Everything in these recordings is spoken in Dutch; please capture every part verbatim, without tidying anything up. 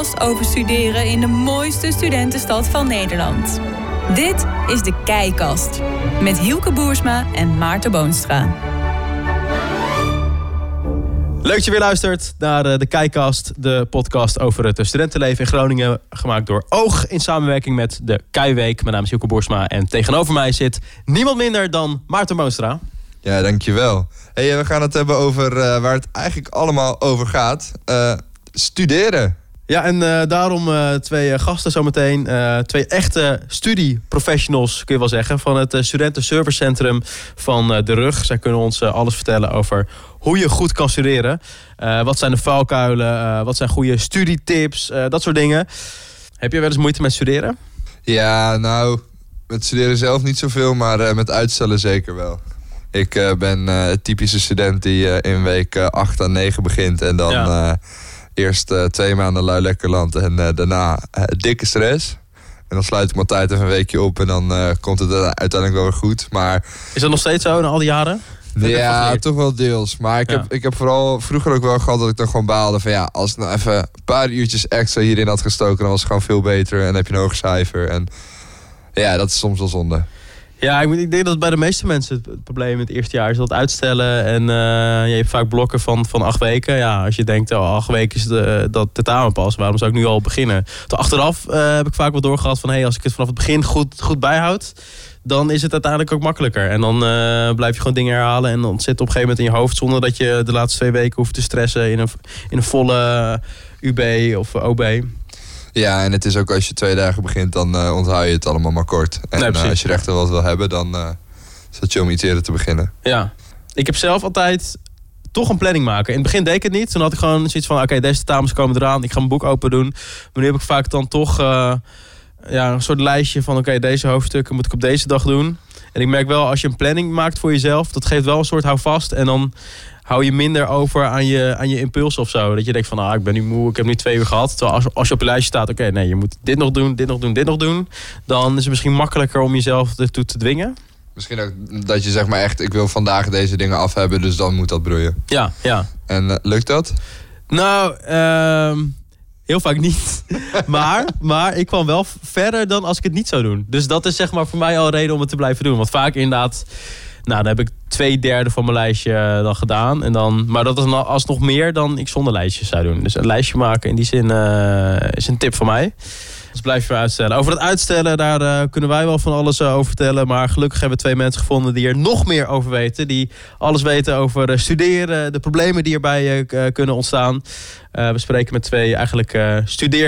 podcast over studeren in de mooiste studentenstad van Nederland. Dit is de Kijkast met Hielke Boersma en Maarten Boonstra. Leuk dat je weer luistert naar de Kijkast, de podcast over het studentenleven in Groningen, gemaakt door Oog in samenwerking met de Kijweek. Mijn naam is Hielke Boersma en tegenover mij zit niemand minder dan Maarten Boonstra. Ja, dankjewel. Hey, we gaan het hebben over uh, waar het eigenlijk allemaal over gaat. Uh, studeren. Ja, en uh, daarom uh, twee uh, gasten zometeen. Uh, twee echte studieprofessionals, kun je wel zeggen, van het uh, Studentenservicecentrum van uh, De Rug. Zij kunnen ons uh, alles vertellen over hoe je goed kan studeren. Uh, wat zijn de valkuilen? Uh, wat zijn goede studietips? Uh, dat soort dingen. Heb je wel eens moeite met studeren? Ja, nou, met studeren zelf niet zoveel, maar uh, met uitstellen zeker wel. Ik uh, ben uh, het typische student die uh, in week uh, acht à negen begint en dan ja. uh, eerst uh, twee maanden lui lekker land en uh, daarna uh, dikke stress. En dan sluit ik mijn tijd even een weekje op en dan uh, komt het uiteindelijk wel weer goed. Maar is dat nog steeds zo na al die jaren? Ja, toch wel deels. Maar ik, ja. heb, ik heb vooral vroeger ook wel gehad dat ik dan gewoon baalde van ja, als ik nou even een paar uurtjes extra hierin had gestoken, dan was het gewoon veel beter en dan heb je een hoger cijfer. En ja, dat is soms wel zonde. Ja, ik, ik denk dat bij de meeste mensen het probleem in het eerste jaar is dat uitstellen. En uh, je hebt vaak blokken van, van acht weken. Ja, als je denkt, oh, acht weken is de, dat tentamen pas. Waarom zou ik nu al beginnen? Tot achteraf uh, heb ik vaak wel doorgehad van, hey, als ik het vanaf het begin goed, goed bijhoud, dan is het uiteindelijk ook makkelijker. En dan uh, blijf je gewoon dingen herhalen. En dan zit het op een gegeven moment in je hoofd, zonder dat je de laatste twee weken hoeft te stressen in een, in een volle U B of O B. Ja, en het is ook als je twee dagen begint, dan uh, onthoud je het allemaal maar kort. En nee, uh, als je er echt wel wat wil hebben, dan uh, is het chill om iets eerder te beginnen. Ja, ik heb zelf altijd toch een planning maken. In het begin deed ik het niet. Toen had ik gewoon zoiets van, oké, okay, deze tentamens komen eraan. Ik ga mijn boek open doen. Maar nu heb ik vaak dan toch uh, ja, een soort lijstje van, oké, okay, deze hoofdstukken moet ik op deze dag doen. En ik merk wel, als je een planning maakt voor jezelf, dat geeft wel een soort houvast. En dan hou je minder over aan je, aan je impuls of zo. Dat je denkt van, ah, ik ben nu moe, ik heb nu twee uur gehad. Terwijl als, als je op je lijstje staat, oké, okay, nee, je moet dit nog doen, dit nog doen, dit nog doen. Dan is het misschien makkelijker om jezelf ertoe te dwingen. Misschien ook dat je zeg maar echt, ik wil vandaag deze dingen af hebben, dus dan moet dat broeien. Ja, ja. En uh, lukt dat? Nou, uh, heel vaak niet. maar, maar ik kwam wel verder dan als ik het niet zou doen. Dus dat is zeg maar voor mij al een reden om het te blijven doen. Want vaak inderdaad, nou, dan heb ik twee derde van mijn lijstje dan gedaan. En dan, maar dat is alsnog meer dan ik zonder lijstjes zou doen. Dus een lijstje maken in die zin uh, is een tip van mij. Dus blijf je uitstellen. Over het uitstellen, daar uh, kunnen wij wel van alles uh, over vertellen. Maar gelukkig hebben we twee mensen gevonden die er nog meer over weten. Die alles weten over uh, studeren, de problemen die erbij uh, kunnen ontstaan. Uh, we spreken met twee eigenlijk uh,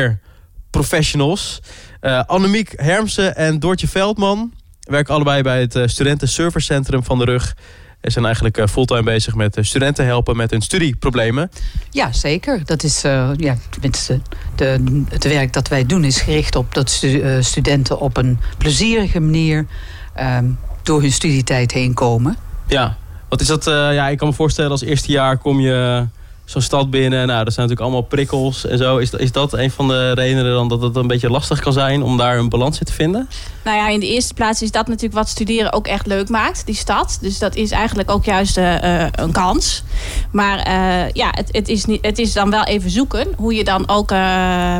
studeerprofessionals. Uh, Annemiek Hermsen en Doortje Veldman werken allebei bij het uh, Studentenservicecentrum van De Rug. En zijn eigenlijk uh, fulltime bezig met uh, studenten helpen met hun studieproblemen. Ja, zeker. Dat is, uh, ja, tenminste, de, het werk dat wij doen is gericht op dat stu- uh, studenten op een plezierige manier uh, door hun studietijd heen komen. Ja, wat is dat? Uh, ja, ik kan me voorstellen, als eerste jaar kom je zo'n stad binnen. Nou, dat zijn natuurlijk allemaal prikkels en zo. Is, is dat een van de redenen dan dat het een beetje lastig kan zijn om daar een balans in te vinden? Nou ja, in de eerste plaats is dat natuurlijk wat studeren ook echt leuk maakt, die stad. Dus dat is eigenlijk ook juist uh, een kans. Maar uh, ja, het, het, is niet, het is dan wel even zoeken hoe je dan ook uh,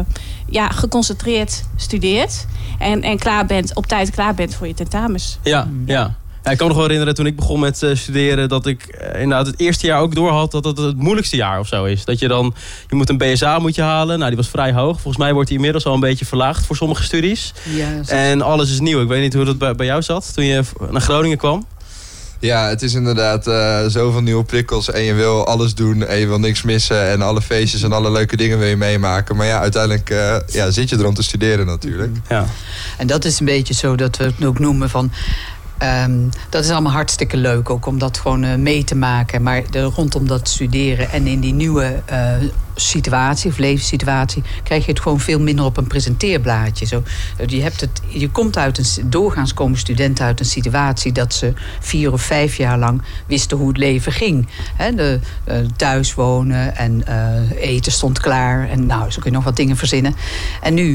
ja, geconcentreerd studeert. En, en klaar bent, op tijd klaar bent voor je tentamens. Ja, ja. Ja, ik kan me nog wel herinneren toen ik begon met uh, studeren dat ik uh, inderdaad het eerste jaar ook doorhad dat het het moeilijkste jaar of zo is. Dat je dan, je moet een B S A moet je halen. Nou, die was vrij hoog. Volgens mij wordt die inmiddels al een beetje verlaagd voor sommige studies. Ja, en alles is nieuw. Ik weet niet hoe dat bij, bij jou zat toen je naar Groningen kwam. Ja, het is inderdaad uh, zoveel nieuwe prikkels en je wil alles doen en je wil niks missen en alle feestjes en alle leuke dingen wil je meemaken. Maar ja, uiteindelijk uh, ja, zit je er om te studeren natuurlijk. Ja. En dat is een beetje zo dat we het ook noemen van Um, dat is allemaal hartstikke leuk, ook om dat gewoon uh, mee te maken. Maar de, rondom dat studeren en in die nieuwe uh, situatie of levenssituatie krijg je het gewoon veel minder op een presenteerblaadje. Zo, je, hebt het, je komt uit een, doorgaans komen studenten uit een situatie dat ze vier of vijf jaar lang wisten hoe het leven ging. He, de, uh, thuis wonen en uh, eten stond klaar en nou, zo kun je nog wat dingen verzinnen. En nu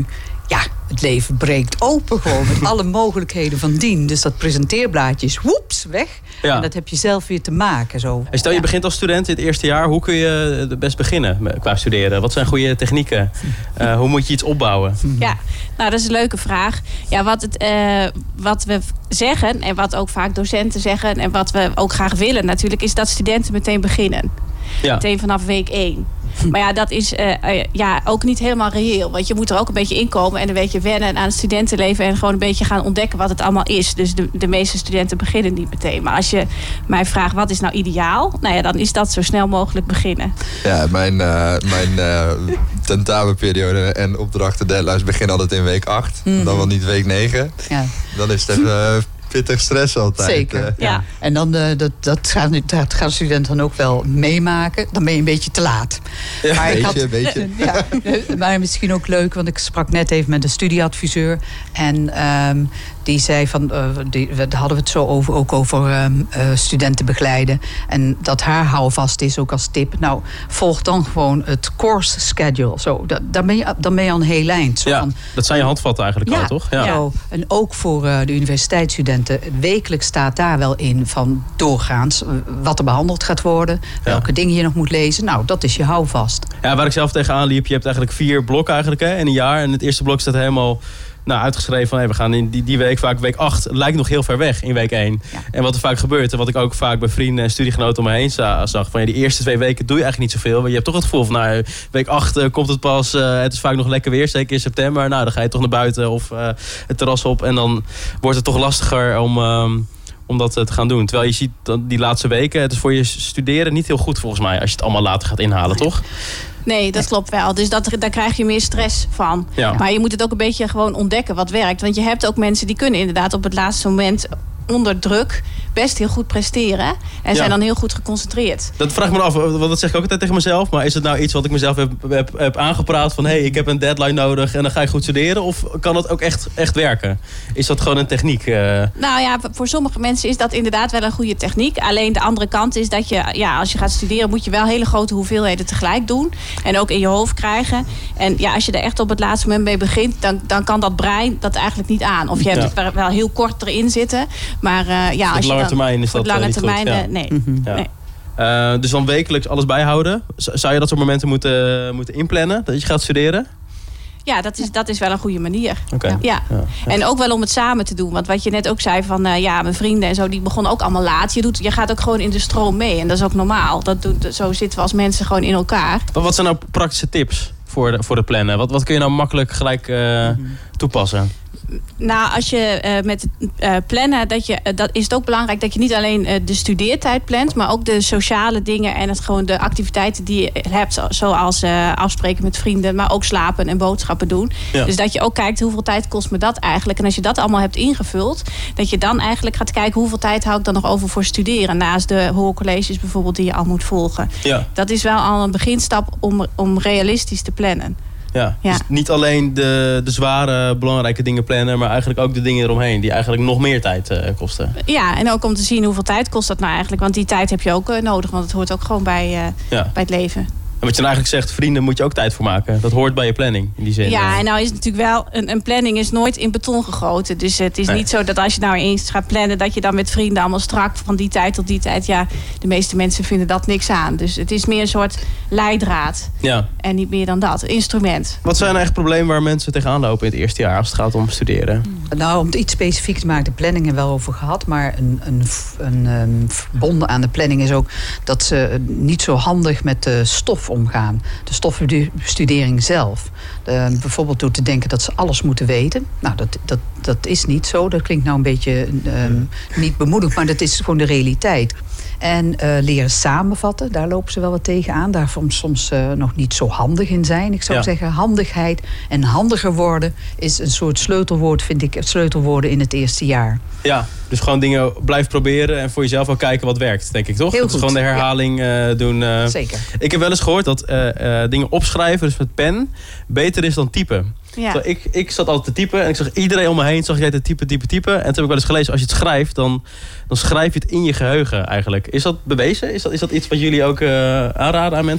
ja, het leven breekt open gewoon met alle mogelijkheden van dien. Dus dat presenteerblaadje is woeps, weg. Ja. En dat heb je zelf weer te maken. Zo. En stel je Ja. begint als student in het eerste jaar. Hoe kun je het best beginnen met- qua studeren? Wat zijn goede technieken? Uh, hoe moet je iets opbouwen? Ja, nou dat is een leuke vraag. Ja, wat, het, uh, wat we zeggen en wat ook vaak docenten zeggen en wat we ook graag willen natuurlijk, is dat studenten meteen beginnen. Ja. Meteen vanaf week één. Maar ja, dat is uh, uh, ja, ook niet helemaal reëel. Want je moet er ook een beetje inkomen en een beetje wennen aan het studentenleven en gewoon een beetje gaan ontdekken wat het allemaal is. Dus de, de meeste studenten beginnen niet meteen. Maar als je mij vraagt wat is nou ideaal, nou ja, dan is dat zo snel mogelijk beginnen. Ja, mijn, uh, mijn uh, tentamenperiode en opdrachten deadlines beginnen altijd in week acht. Mm. Dan wel niet week negen. Ja. Dan is het even uh, pittig stress altijd. Zeker. Uh, Ja. En dan, uh, dat, dat, gaan, dat gaan studenten dan ook wel meemaken. Dan ben je een beetje te laat. Ja, Maar ik beetje, had- beetje. Ja, maar misschien ook leuk, want ik sprak net even met een studieadviseur. En um, die zei van, uh, die, daar hadden we het zo over, ook over um, uh, studenten begeleiden. En dat haar houvast is ook als tip. Nou, volg dan gewoon het course schedule. Zo, dat, dan, ben je, dan ben je al een heel eind. Zo Ja, van, dat zijn je handvatten eigenlijk ja, al, toch? Ja. Zo. En ook voor uh, de universiteitsstudenten. Wekelijks staat daar wel in van doorgaans uh, wat er behandeld gaat worden. Welke dingen je nog moet lezen. Nou, dat is je houvast. Ja, waar ik zelf tegenaan liep, je hebt eigenlijk vier blokken eigenlijk hè, in een jaar. En het eerste blok staat helemaal nou, uitgeschreven van hey, we gaan in die, die week, vaak week acht, lijkt nog heel ver weg in week één. Ja. En wat er vaak gebeurt, en wat ik ook vaak bij vrienden en studiegenoten om me heen za- zag, van ja, die eerste twee weken doe je eigenlijk niet zoveel. Maar je hebt toch het gevoel van nou, week acht uh, komt het pas, uh, het is vaak nog lekker weer, zeker in september. Nou, dan ga je toch naar buiten of uh, het terras op en dan wordt het toch lastiger om... Um, om dat te gaan doen. Terwijl je ziet dat die laatste weken, het is voor je studeren niet heel goed volgens mij, als je het allemaal later gaat inhalen, toch? Nee, dat klopt wel. Dus dat, daar krijg je meer stress van. Ja. Maar je moet het ook een beetje gewoon ontdekken wat werkt. Want je hebt ook mensen die kunnen inderdaad op het laatste moment onder druk best heel goed presteren. En Ja. zijn dan heel goed geconcentreerd. Dat vraag ik me af, want dat zeg ik ook altijd tegen mezelf. Maar is het nou iets wat ik mezelf heb, heb, heb aangepraat van... hé, hey, ik heb een deadline nodig en dan ga je goed studeren? Of kan dat ook echt, echt werken? Is dat gewoon een techniek? Uh... Nou ja, voor sommige mensen is dat inderdaad wel een goede techniek. Alleen de andere kant is dat je, ja, als je gaat studeren... moet je wel hele grote hoeveelheden tegelijk doen. En ook in je hoofd krijgen. En ja, als je er echt op het laatste moment mee begint... dan, dan kan dat brein dat eigenlijk niet aan. Of je hebt Ja. het wel heel kort erin zitten. Maar uh, ja, Voor als de lange je dan, termijn is voor dat de lange uh, niet termijn, goed. Ja. uh, nee. Mm-hmm. Ja. nee. Uh, dus dan wekelijks alles bijhouden. Z- Zou je dat soort momenten moeten, moeten inplannen? Dat je gaat studeren? Ja, dat is, dat is wel een goede manier. Oké. Ja. Ja. Ja. En ook wel om het samen te doen. Want wat je net ook zei van uh, ja, mijn vrienden en zo, die begonnen ook allemaal laat. Je, doet, je gaat ook gewoon in de stroom mee. En dat is ook normaal. Dat doet, zo zitten we als mensen gewoon in elkaar. Wat, wat zijn nou praktische tips voor, de, voor het plannen? Wat, wat kun je nou makkelijk gelijk uh, toepassen? Nou, als je uh, met uh, plannen, dat, je, uh, dat is het ook belangrijk dat je niet alleen uh, de studeertijd plant, maar ook de sociale dingen en het gewoon de activiteiten die je hebt, zoals uh, afspreken met vrienden, maar ook slapen en boodschappen doen. Ja. Dus dat je ook kijkt hoeveel tijd kost me dat eigenlijk. En als je dat allemaal hebt ingevuld, dat je dan eigenlijk gaat kijken hoeveel tijd hou ik dan nog over voor studeren, naast de hoorcolleges bijvoorbeeld die je al moet volgen. Ja. Dat is wel al een beginstap om, om realistisch te plannen. Ja, Ja. dus niet alleen de, de zware, belangrijke dingen plannen, maar eigenlijk ook de dingen eromheen, die eigenlijk nog meer tijd uh, kosten. Ja, en ook om te zien hoeveel tijd kost dat nou eigenlijk. Want die tijd heb je ook uh, nodig, want het hoort ook gewoon bij, uh, Ja. bij het leven. En wat je nou eigenlijk zegt, vrienden moet je ook tijd voor maken. Dat hoort bij je planning, in die zin. Ja, en nou is het natuurlijk wel, een, een planning is nooit in beton gegoten. Dus het is Nee. niet zo dat als je nou eens gaat plannen, dat je dan met vrienden allemaal strak van die tijd tot die tijd. Ja, de meeste mensen vinden dat niks aan. Dus het is meer een soort leidraad. Ja. En niet meer dan dat, een instrument. Wat zijn echt problemen waar mensen tegenaan lopen in het eerste jaar als het gaat om studeren? Nou, om het iets specifiek te maken, de planning hebben we wel over gehad. Maar een, een, een, een verbonden aan de planning is ook dat ze niet zo handig met de stof omgaan. De stofbestudering zelf. De, bijvoorbeeld door te denken dat ze alles moeten weten. Nou, dat, dat, dat is niet zo. Dat klinkt nou een beetje um, niet bemoedigd, maar dat is gewoon de realiteit. En uh, leren samenvatten, daar lopen ze wel wat tegenaan. Daar soms, soms uh, nog niet zo handig in zijn. Ik zou Ja. zeggen, handigheid en handiger worden is een soort sleutelwoord, vind ik, sleutelwoorden in het eerste jaar. Ja, dus gewoon dingen blijven proberen en voor jezelf ook kijken wat werkt, denk ik, toch? Heel dat is goed. gewoon de herhaling uh, doen. Uh. Zeker. Ik heb wel eens gehoord dat uh, uh, dingen opschrijven, dus met pen, beter is dan typen. Ja. Zo, ik, ik zat altijd te typen en ik zag iedereen om me heen, zag jij te typen, typen, typen. En toen heb ik wel eens gelezen, als je het schrijft, dan, dan schrijf je het in je geheugen eigenlijk. Is dat bewezen? Is dat, is dat iets wat jullie ook uh, aanraden aan mensen?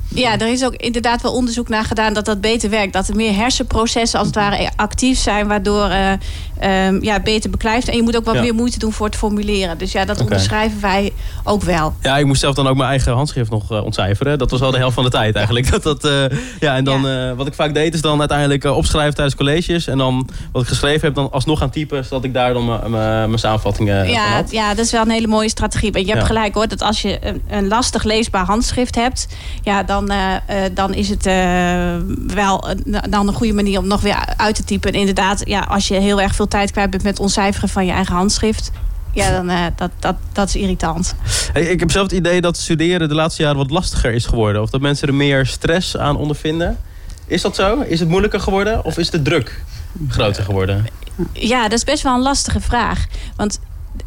Ja, er is ook inderdaad wel onderzoek naar gedaan dat dat beter werkt. Dat er meer hersenprocessen als het ware actief zijn, waardoor uh, um, ja, beter beklijft. En je moet ook wat ja. meer moeite doen voor het formuleren. Dus ja, dat okay. onderschrijven wij ook wel. Ja, ik moest zelf dan ook mijn eigen handschrift nog uh, ontcijferen. Dat was wel de helft van de tijd eigenlijk. Dat, dat, uh, ja, en dan, ja. uh, wat ik vaak deed is dan uiteindelijk uh, opschrijven tijdens colleges. En dan wat ik geschreven heb, dan alsnog gaan typen, zodat ik daar dan mijn samenvattingen ja, van had. Ja, dat is wel een hele mooie strategie. Maar je hebt ja. gelijk hoor, dat als je een, een lastig leesbaar handschrift hebt, ja, dan, uh, uh, dan is het uh, wel uh, dan een goede manier om nog weer uit te typen. En inderdaad, ja, als je heel erg veel tijd kwijt bent met ontcijferen van je eigen handschrift, ja, dan uh, dat, dat, dat is irritant. Hey, ik heb zelf het idee dat studeren de laatste jaren wat lastiger is geworden. Of dat mensen er meer stress aan ondervinden. Is dat zo? Is het moeilijker geworden? Of is de druk groter geworden? Ja, dat is best wel een lastige vraag. Want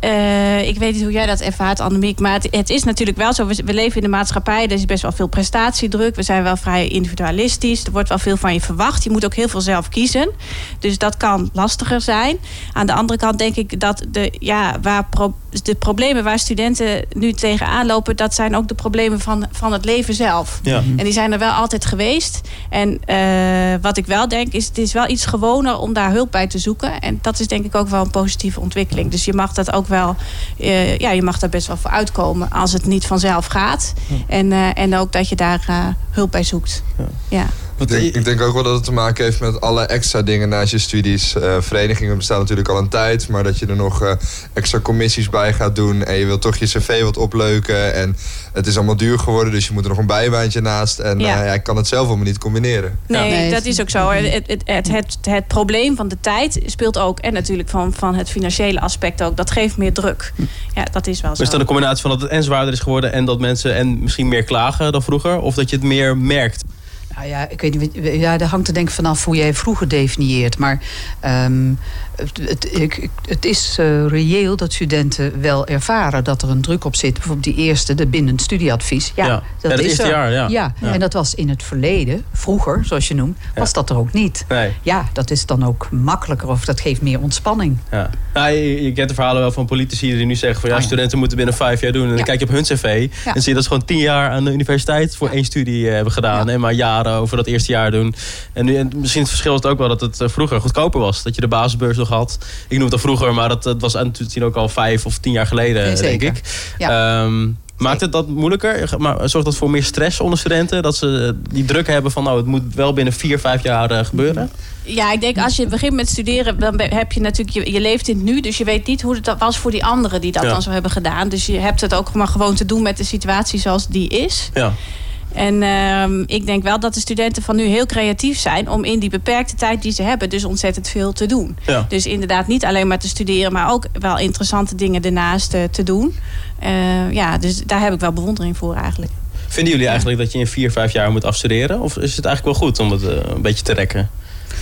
Uh, ik weet niet hoe jij dat ervaart, Annemiek. Maar het, het is natuurlijk wel zo. We, we leven in de maatschappij. Er is best wel veel prestatiedruk. We zijn wel vrij individualistisch. Er wordt wel veel van je verwacht. Je moet ook heel veel zelf kiezen. Dus dat kan lastiger zijn. Aan de andere kant denk ik dat de, ja, waar pro, de problemen waar studenten nu tegenaan lopen, dat zijn ook de problemen van, van het leven zelf. Ja. En die zijn er wel altijd geweest. En uh, wat ik wel denk is, het is wel iets gewoner om daar hulp bij te zoeken. En dat is denk ik ook wel een positieve ontwikkeling. Dus je mag dat ook ook wel, uh, ja, je mag daar best wel voor uitkomen als het niet vanzelf gaat. Ja. En, uh, en ook dat je daar uh, hulp bij zoekt. Ja. Ja. Ik denk, ik denk ook wel dat het te maken heeft met alle extra dingen naast je studies. Uh, verenigingen bestaan natuurlijk al een tijd, maar dat je er nog uh, extra commissies bij gaat doen en je wilt toch je cv wat opleuken en het is allemaal duur geworden, dus je moet er nog een bijbaantje naast en ja. Uh, ja, ik kan het zelf allemaal niet combineren. Nee, nee, dat is ook zo. Het, het, het, het, het probleem van de tijd speelt ook, en natuurlijk van, van het financiële aspect ook, dat geeft meer druk. Ja, dat is wel zo. Is dat een combinatie van dat het en zwaarder is geworden en dat mensen en misschien meer klagen dan vroeger, of dat je het meer merkt? Nou ja, ik weet niet, ja, dat hangt er denk ik vanaf hoe jij vroeger definieert. Maar um, het, het, het is uh, reëel dat studenten wel ervaren dat er een druk op zit. Bijvoorbeeld die eerste, de bindend studieadvies. Ja, ja. dat ja, is eerste er. jaar, ja. Ja. Ja, en dat was in het verleden, vroeger, zoals je noemt, was ja. dat er ook niet. Nee. Ja, dat is dan ook makkelijker of dat geeft meer ontspanning. Ja. Nou, je, je kent de verhalen wel van politici die nu zeggen van ja, studenten moeten binnen vijf jaar doen. En dan ja. kijk je op hun cv ja. en zie je dat ze gewoon tien jaar aan de universiteit voor ja. één studie uh, hebben gedaan. Ja. En maar jaren over dat eerste jaar doen. En, nu, en misschien het verschil is het ook wel dat het uh, vroeger goedkoper was. Dat je de basisbeurs nog had. Ik noem het al vroeger, maar dat, dat was misschien ook al vijf of tien jaar geleden, nee, denk ik. Ja. Um, Maakt het dat moeilijker? Maar zorgt dat voor meer stress onder studenten? Dat ze die druk hebben van nou, het moet wel binnen vier, vijf jaar uh, gebeuren? Ja, ik denk als je begint met studeren, dan heb je natuurlijk, je, je leeft in het nu, dus je weet niet hoe het was voor die anderen die dat ja. dan zo hebben gedaan. Dus je hebt het ook maar gewoon te doen met de situatie zoals die is. Ja. En uh, ik denk wel dat de studenten van nu heel creatief zijn om in die beperkte tijd die ze hebben dus ontzettend veel te doen. Ja. Dus inderdaad niet alleen maar te studeren, maar ook wel interessante dingen ernaast uh, te doen. Uh, ja, dus daar heb ik wel bewondering voor eigenlijk. Vinden jullie eigenlijk dat je in vier, vijf jaar moet afstuderen? Of is het eigenlijk wel goed om het uh, een beetje te rekken?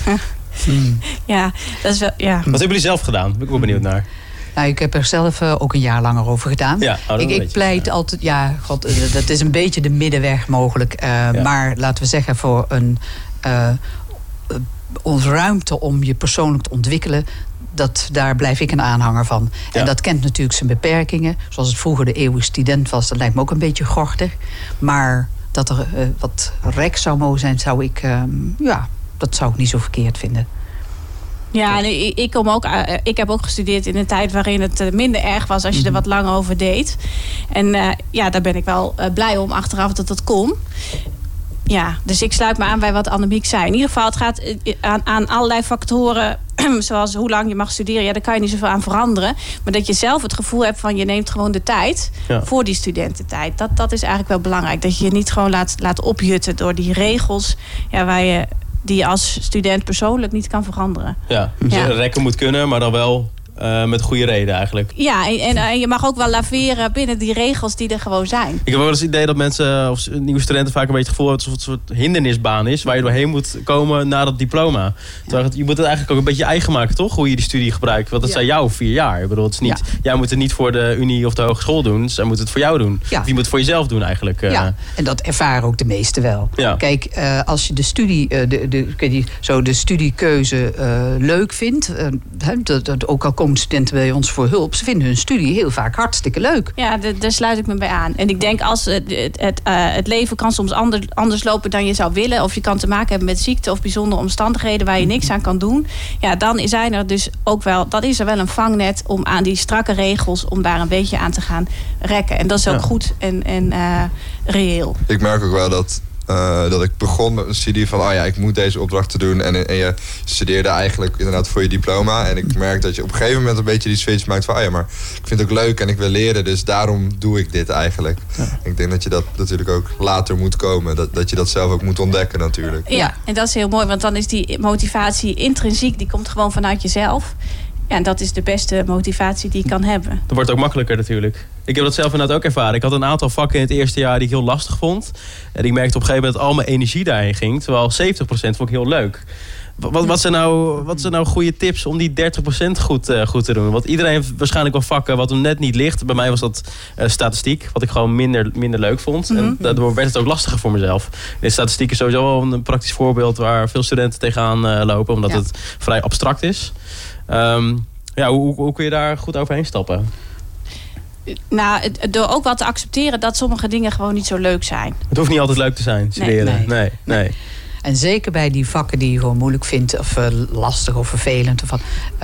Hmm. Ja, dat is wel, ja. Wat hebben jullie zelf gedaan? Ben ik wel benieuwd naar. Nou, ik heb er zelf uh, ook een jaar langer over gedaan. Ja, ik, ik beetje, pleit ja. altijd, ja, god, dat is een beetje de middenweg mogelijk. Uh, ja. Maar laten we zeggen, voor een uh, uh, ruimte om je persoonlijk te ontwikkelen, dat, daar blijf ik een aanhanger van. Ja. En dat kent natuurlijk zijn beperkingen. Zoals het vroeger de eeuwige student was, dat lijkt me ook een beetje gortig. Maar dat er uh, wat rek zou mogen zijn, zou ik, uh, ja, dat zou ik niet zo verkeerd vinden. Ja, en ik, kom ook, ik heb ook gestudeerd in een tijd waarin het minder erg was als je er wat langer over deed. En uh, ja, daar ben ik wel uh, blij om achteraf dat dat kon. Ja, dus ik sluit me aan bij wat Annemiek zei. In ieder geval, het gaat aan, aan allerlei factoren, zoals hoe lang je mag studeren. Ja, daar kan je niet zoveel aan veranderen. Maar dat je zelf het gevoel hebt van je neemt gewoon de tijd ja. voor die studententijd. Dat, dat is eigenlijk wel belangrijk. Dat je je niet gewoon laat, laat opjutten door die regels ja, waar je, die je als student persoonlijk niet kan veranderen. Ja, dus ja. rekken moet kunnen, maar dan wel uh, met goede reden eigenlijk. Ja, en, en, en je mag ook wel laveren binnen die regels die er gewoon zijn. Ik heb wel eens het idee dat mensen, of nieuwe studenten vaak een beetje het gevoel hebben alsof het een soort hindernisbaan is waar je doorheen moet komen na dat diploma. Ja. Het, je moet het eigenlijk ook een beetje eigen maken, toch? Hoe je die studie gebruikt. Want het ja. zijn jouw vier jaar. Ik bedoel, het is niet, ja. jij moet het niet voor de unie of de hogeschool doen. Zij moeten het voor jou doen. Ja. Of je moet het voor jezelf doen eigenlijk. Ja, en dat ervaren ook de meesten wel. Ja. Kijk, uh, als je de studie, uh, de, de, de, zo de studiekeuze uh, leuk vindt, uh, dat, dat, ook al komt komen studenten bij ons voor hulp. Ze vinden hun studie heel vaak hartstikke leuk. Ja, de, daar sluit ik me bij aan. En ik denk, als het, het, het, uh, het leven kan soms ander, anders lopen dan je zou willen. Of je kan te maken hebben met ziekte of bijzondere omstandigheden waar je niks aan kan doen. Ja, dan zijn er dus ook wel, dat is er wel een vangnet om aan die strakke regels, om daar een beetje aan te gaan rekken. En dat is ook ja. goed en, en uh, reëel. Ik merk ook wel dat Uh, dat ik begon met een studie van, oh ja, ik moet deze opdrachten doen. En, en je studeerde eigenlijk inderdaad voor je diploma. En ik merk dat je op een gegeven moment een beetje die switch maakt van, oh ja, maar ik vind het ook leuk en ik wil leren, dus daarom doe ik dit eigenlijk. Ja. Ik denk dat je dat natuurlijk ook later moet komen. Dat, dat je dat zelf ook moet ontdekken natuurlijk. Ja, en dat is heel mooi, want dan is die motivatie intrinsiek, die komt gewoon vanuit jezelf. Ja, en dat is de beste motivatie die je kan hebben. Dat wordt ook makkelijker natuurlijk. Ik heb dat zelf inderdaad ook ervaren. Ik had een aantal vakken in het eerste jaar die ik heel lastig vond. En ik merkte op een gegeven moment dat al mijn energie daarin ging. Terwijl zeventig procent vond ik heel leuk. Wat, wat, zijn nou, wat zijn nou goede tips om die dertig procent goed, uh, goed te doen? Want iedereen heeft waarschijnlijk wel vakken wat hem net niet ligt. Bij mij was dat uh, statistiek, wat ik gewoon minder, minder leuk vond. Mm-hmm. En daardoor werd het ook lastiger voor mezelf. De statistiek is sowieso wel een praktisch voorbeeld waar veel studenten tegenaan uh, lopen. Omdat ja. het vrij abstract is. Um, ja, hoe, hoe kun je daar goed overheen stappen? Nou, door ook wel te accepteren dat sommige dingen gewoon niet zo leuk zijn. Het hoeft niet altijd leuk te zijn, studeren. Nee, nee. nee, nee. En zeker bij die vakken die je gewoon moeilijk vindt, of uh, lastig of vervelend. Of wat,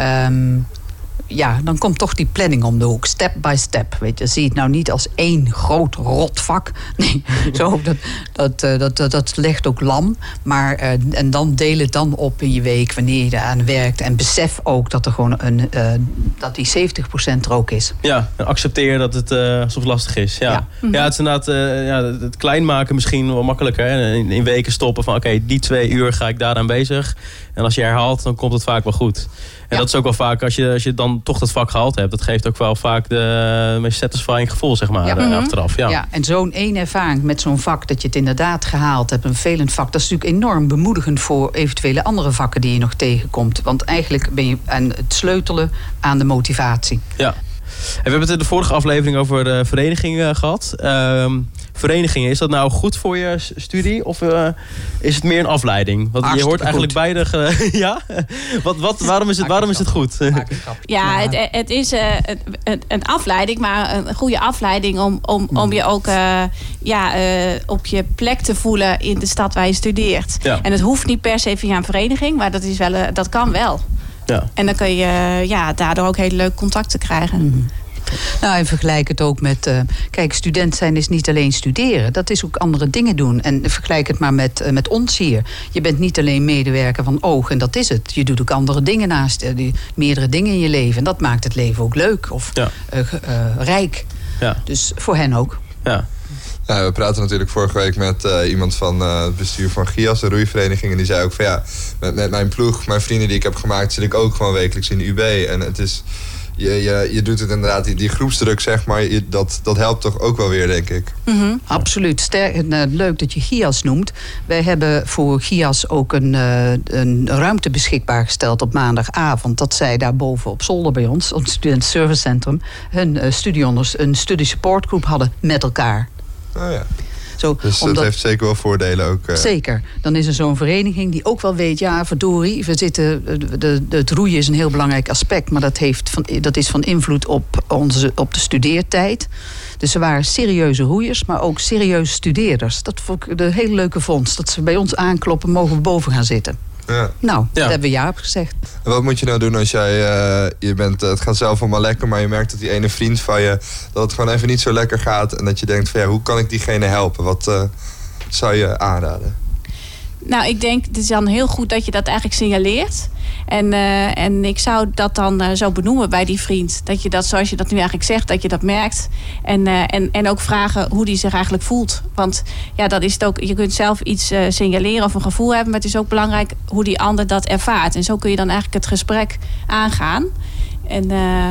um, ja, dan komt toch die planning om de hoek. Step by step. Weet je, zie je het nou niet als één groot rotvak. Nee, zo, dat, dat, dat, dat, dat legt ook lam. Maar, uh, en dan deel het dan op in je week wanneer je eraan werkt. En besef ook dat er gewoon een, uh, dat die zeventig procent er ook is. Ja, en accepteer dat het uh, soms lastig is. Ja, ja. Mm-hmm. ja het is inderdaad uh, ja, het klein maken misschien wel makkelijker. Hè? In, in weken stoppen van oké, okay, die twee uur ga ik daaraan bezig. En als je herhaalt, dan komt het vaak wel goed. En ja. dat is ook wel vaak, als je, als je dan toch dat vak gehaald hebt, dat geeft ook wel vaak de meest satisfying gevoel, zeg maar, ja. uh, achteraf. Ja. ja, en zo'n één ervaring met zo'n vak, dat je het inderdaad gehaald hebt, een vervelend vak, dat is natuurlijk enorm bemoedigend voor eventuele andere vakken die je nog tegenkomt. Want eigenlijk ben je aan het sleutelen aan de motivatie. Ja. En we hebben het in de vorige aflevering over de verenigingen gehad. Um, verenigingen, is dat nou goed voor je studie? Of uh, is het meer een afleiding? Want je hoort eigenlijk goed. beide... Ge- ja? Wat, wat, waarom, is het, waarom is het goed? Ja, het, het is uh, een, een afleiding, maar een goede afleiding om, om, om je ook uh, ja, uh, op je plek te voelen in de stad waar je studeert. Ja. En het hoeft niet per se via een vereniging, maar dat, is wel, uh, dat kan wel. Ja. En dan kun je ja, daardoor ook hele leuke contacten krijgen. Mm-hmm. Nou, en vergelijk het ook met... Uh, kijk, student zijn is niet alleen studeren. Dat is ook andere dingen doen. En vergelijk het maar met, uh, met ons hier. Je bent niet alleen medewerker van oog en dat is het. Je doet ook andere dingen naast. Uh, die, meerdere dingen in je leven. En dat maakt het leven ook leuk. Of ja. uh, uh, rijk. Ja. Dus voor hen ook. Ja. Ja, we praten natuurlijk vorige week met uh, iemand van uh, het bestuur van Gias, de roeivereniging. En die zei ook van ja, met, met mijn ploeg, mijn vrienden die ik heb gemaakt, zit ik ook gewoon wekelijks in de U B. En het is, je, je, je doet het inderdaad, die, die groepsdruk zeg maar, je, dat, dat helpt toch ook wel weer, denk ik. Mm-hmm. Absoluut. Sterk, uh, leuk dat je Gias noemt. Wij hebben voor Gias ook een, uh, een ruimte beschikbaar gesteld op maandagavond. Dat zij daar boven op zolder bij ons, op het Student Service Centrum, hun uh, studieonders, een studiesupportgroep hadden met elkaar. Oh ja. Zo, dus omdat, dat heeft zeker wel voordelen ook. Uh... Zeker. Dan is er zo'n vereniging die ook wel weet, ja, verdorie, we zitten, de, de, de, het roeien is een heel belangrijk aspect, maar dat, heeft van, dat is van invloed op, onze, op de studeertijd. Dus ze waren serieuze roeiers, maar ook serieuze studeerders. Dat vond ik een hele leuke vondst. Dat ze bij ons aankloppen, mogen we boven gaan zitten. Ja. Nou, ja. dat hebben we ja op gezegd. En wat moet je nou doen als jij, uh, je bent, uh, het gaat zelf allemaal lekker, maar je merkt dat die ene vriend van je, dat het gewoon even niet zo lekker gaat en dat je denkt van ja, hoe kan ik diegene helpen? Wat uh, zou je aanraden? Nou, ik denk, het is dan heel goed dat je dat eigenlijk signaleert. En, uh, en ik zou dat dan uh, zo benoemen bij die vriend. Dat je dat, zoals je dat nu eigenlijk zegt, dat je dat merkt. En, uh, en, en ook vragen hoe die zich eigenlijk voelt. Want ja, dat is het ook. Je kunt zelf iets uh, signaleren of een gevoel hebben. Maar het is ook belangrijk hoe die ander dat ervaart. En zo kun je dan eigenlijk het gesprek aangaan. En uh,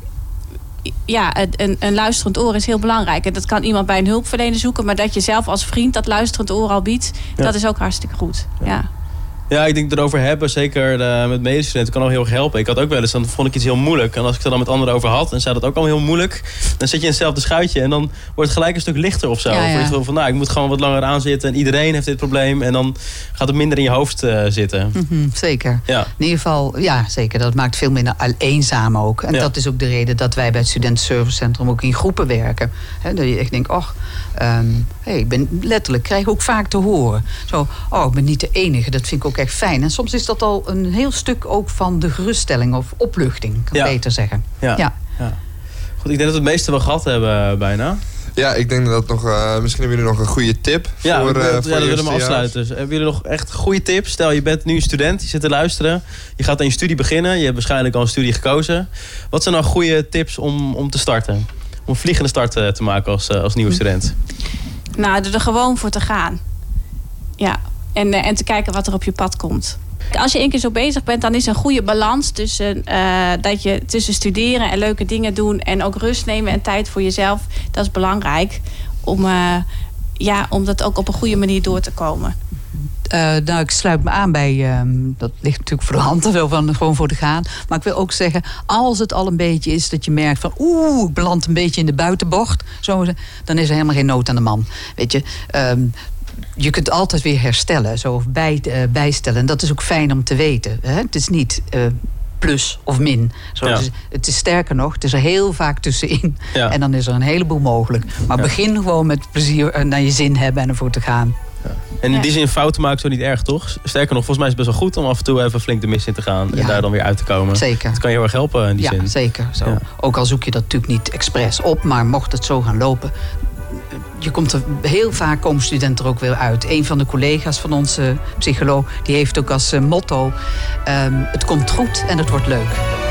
ja, een, een luisterend oor is heel belangrijk. En dat kan iemand bij een hulpverlener zoeken. Maar dat je zelf als vriend dat luisterend oor al biedt, ja. dat is ook hartstikke goed. Ja. ja. Ja, ik denk erover hebben, zeker uh, met medestudenten, kan ook heel erg helpen. Ik had ook wel eens, dan vond ik iets heel moeilijk. En als ik het dan met anderen over had en zij dat ook al heel moeilijk, dan Dan zit je in hetzelfde schuitje en dan wordt het gelijk een stuk lichter of zo. Ja, ja. Voor je gevoel van, nou, ik moet gewoon wat langer aanzitten en iedereen heeft dit probleem. En dan gaat het minder in je hoofd uh, zitten. Mm-hmm, zeker. Ja. In ieder geval, ja, zeker. Dat maakt veel minder eenzaam ook. En Ja. dat is ook de reden dat wij bij het Studentenservicecentrum ook in groepen werken. He, dat je echt denkt, oh, um, hey, ik ben letterlijk, krijg ik ook vaak te horen. Zo, oh, ik ben niet de enige. Dat vind ik ook echt fijn. En soms is dat al een heel stuk ook van de geruststelling of opluchting, kan ik Ja. beter zeggen. Ja. Ja. Ja. Goed, ik denk dat we het meeste wel gehad hebben uh, bijna. Ja, ik denk dat nog, uh, misschien hebben jullie nog een goede tip Ja, voor, ik, uh, ja, voor dat willen we eerstejaars. afsluiten. Dus hebben jullie nog echt goede tips? Stel, je bent nu een student, je zit te luisteren. Je gaat aan je studie beginnen. Je hebt waarschijnlijk al een studie gekozen. Wat zijn nou goede tips om, om te starten? Om een vliegende start uh, te maken als, uh, als nieuwe student? Nou, er gewoon voor te gaan. Ja, en, uh, en te kijken wat er op je pad komt. Als je één keer zo bezig bent, dan is een goede balans tussen, uh, dat je, tussen studeren en leuke dingen doen en ook rust nemen en tijd voor jezelf. Dat is belangrijk om, uh, ja, om dat ook op een goede manier door te komen. Uh, nou, ik sluit me aan bij, um, dat ligt natuurlijk voor de hand, zo van gewoon voor te gaan. Maar ik wil ook zeggen, als het al een beetje is dat je merkt van, oeh, ik beland een beetje in de buitenbocht, zo, dan is er helemaal geen nood aan de man. Weet je, um, je kunt altijd weer herstellen, zo of bij, uh, bijstellen. En dat is ook fijn om te weten. Hè? Het is niet uh, plus of min. Zo, Ja. het, is, het is sterker nog, het is er heel vaak tussenin. Ja. En dan is er een heleboel mogelijk. Maar Ja. begin gewoon met plezier uh, naar je zin hebben en ervoor te gaan. En in Ja. die zin fouten maken zo niet erg, toch? Sterker nog, volgens mij is het best wel goed om af en toe even flink de mis in te gaan. En Ja. daar dan weer uit te komen. Zeker. Dat kan je heel erg helpen in die Ja, zin. zeker. Zo. Ja. Ook al zoek je dat natuurlijk niet expres op, maar mocht het zo gaan lopen, je komt er heel vaak, komen studenten er ook weer uit. Een van de collega's van onze psycholoog, die heeft ook als uh, motto, um, het komt goed en het wordt leuk.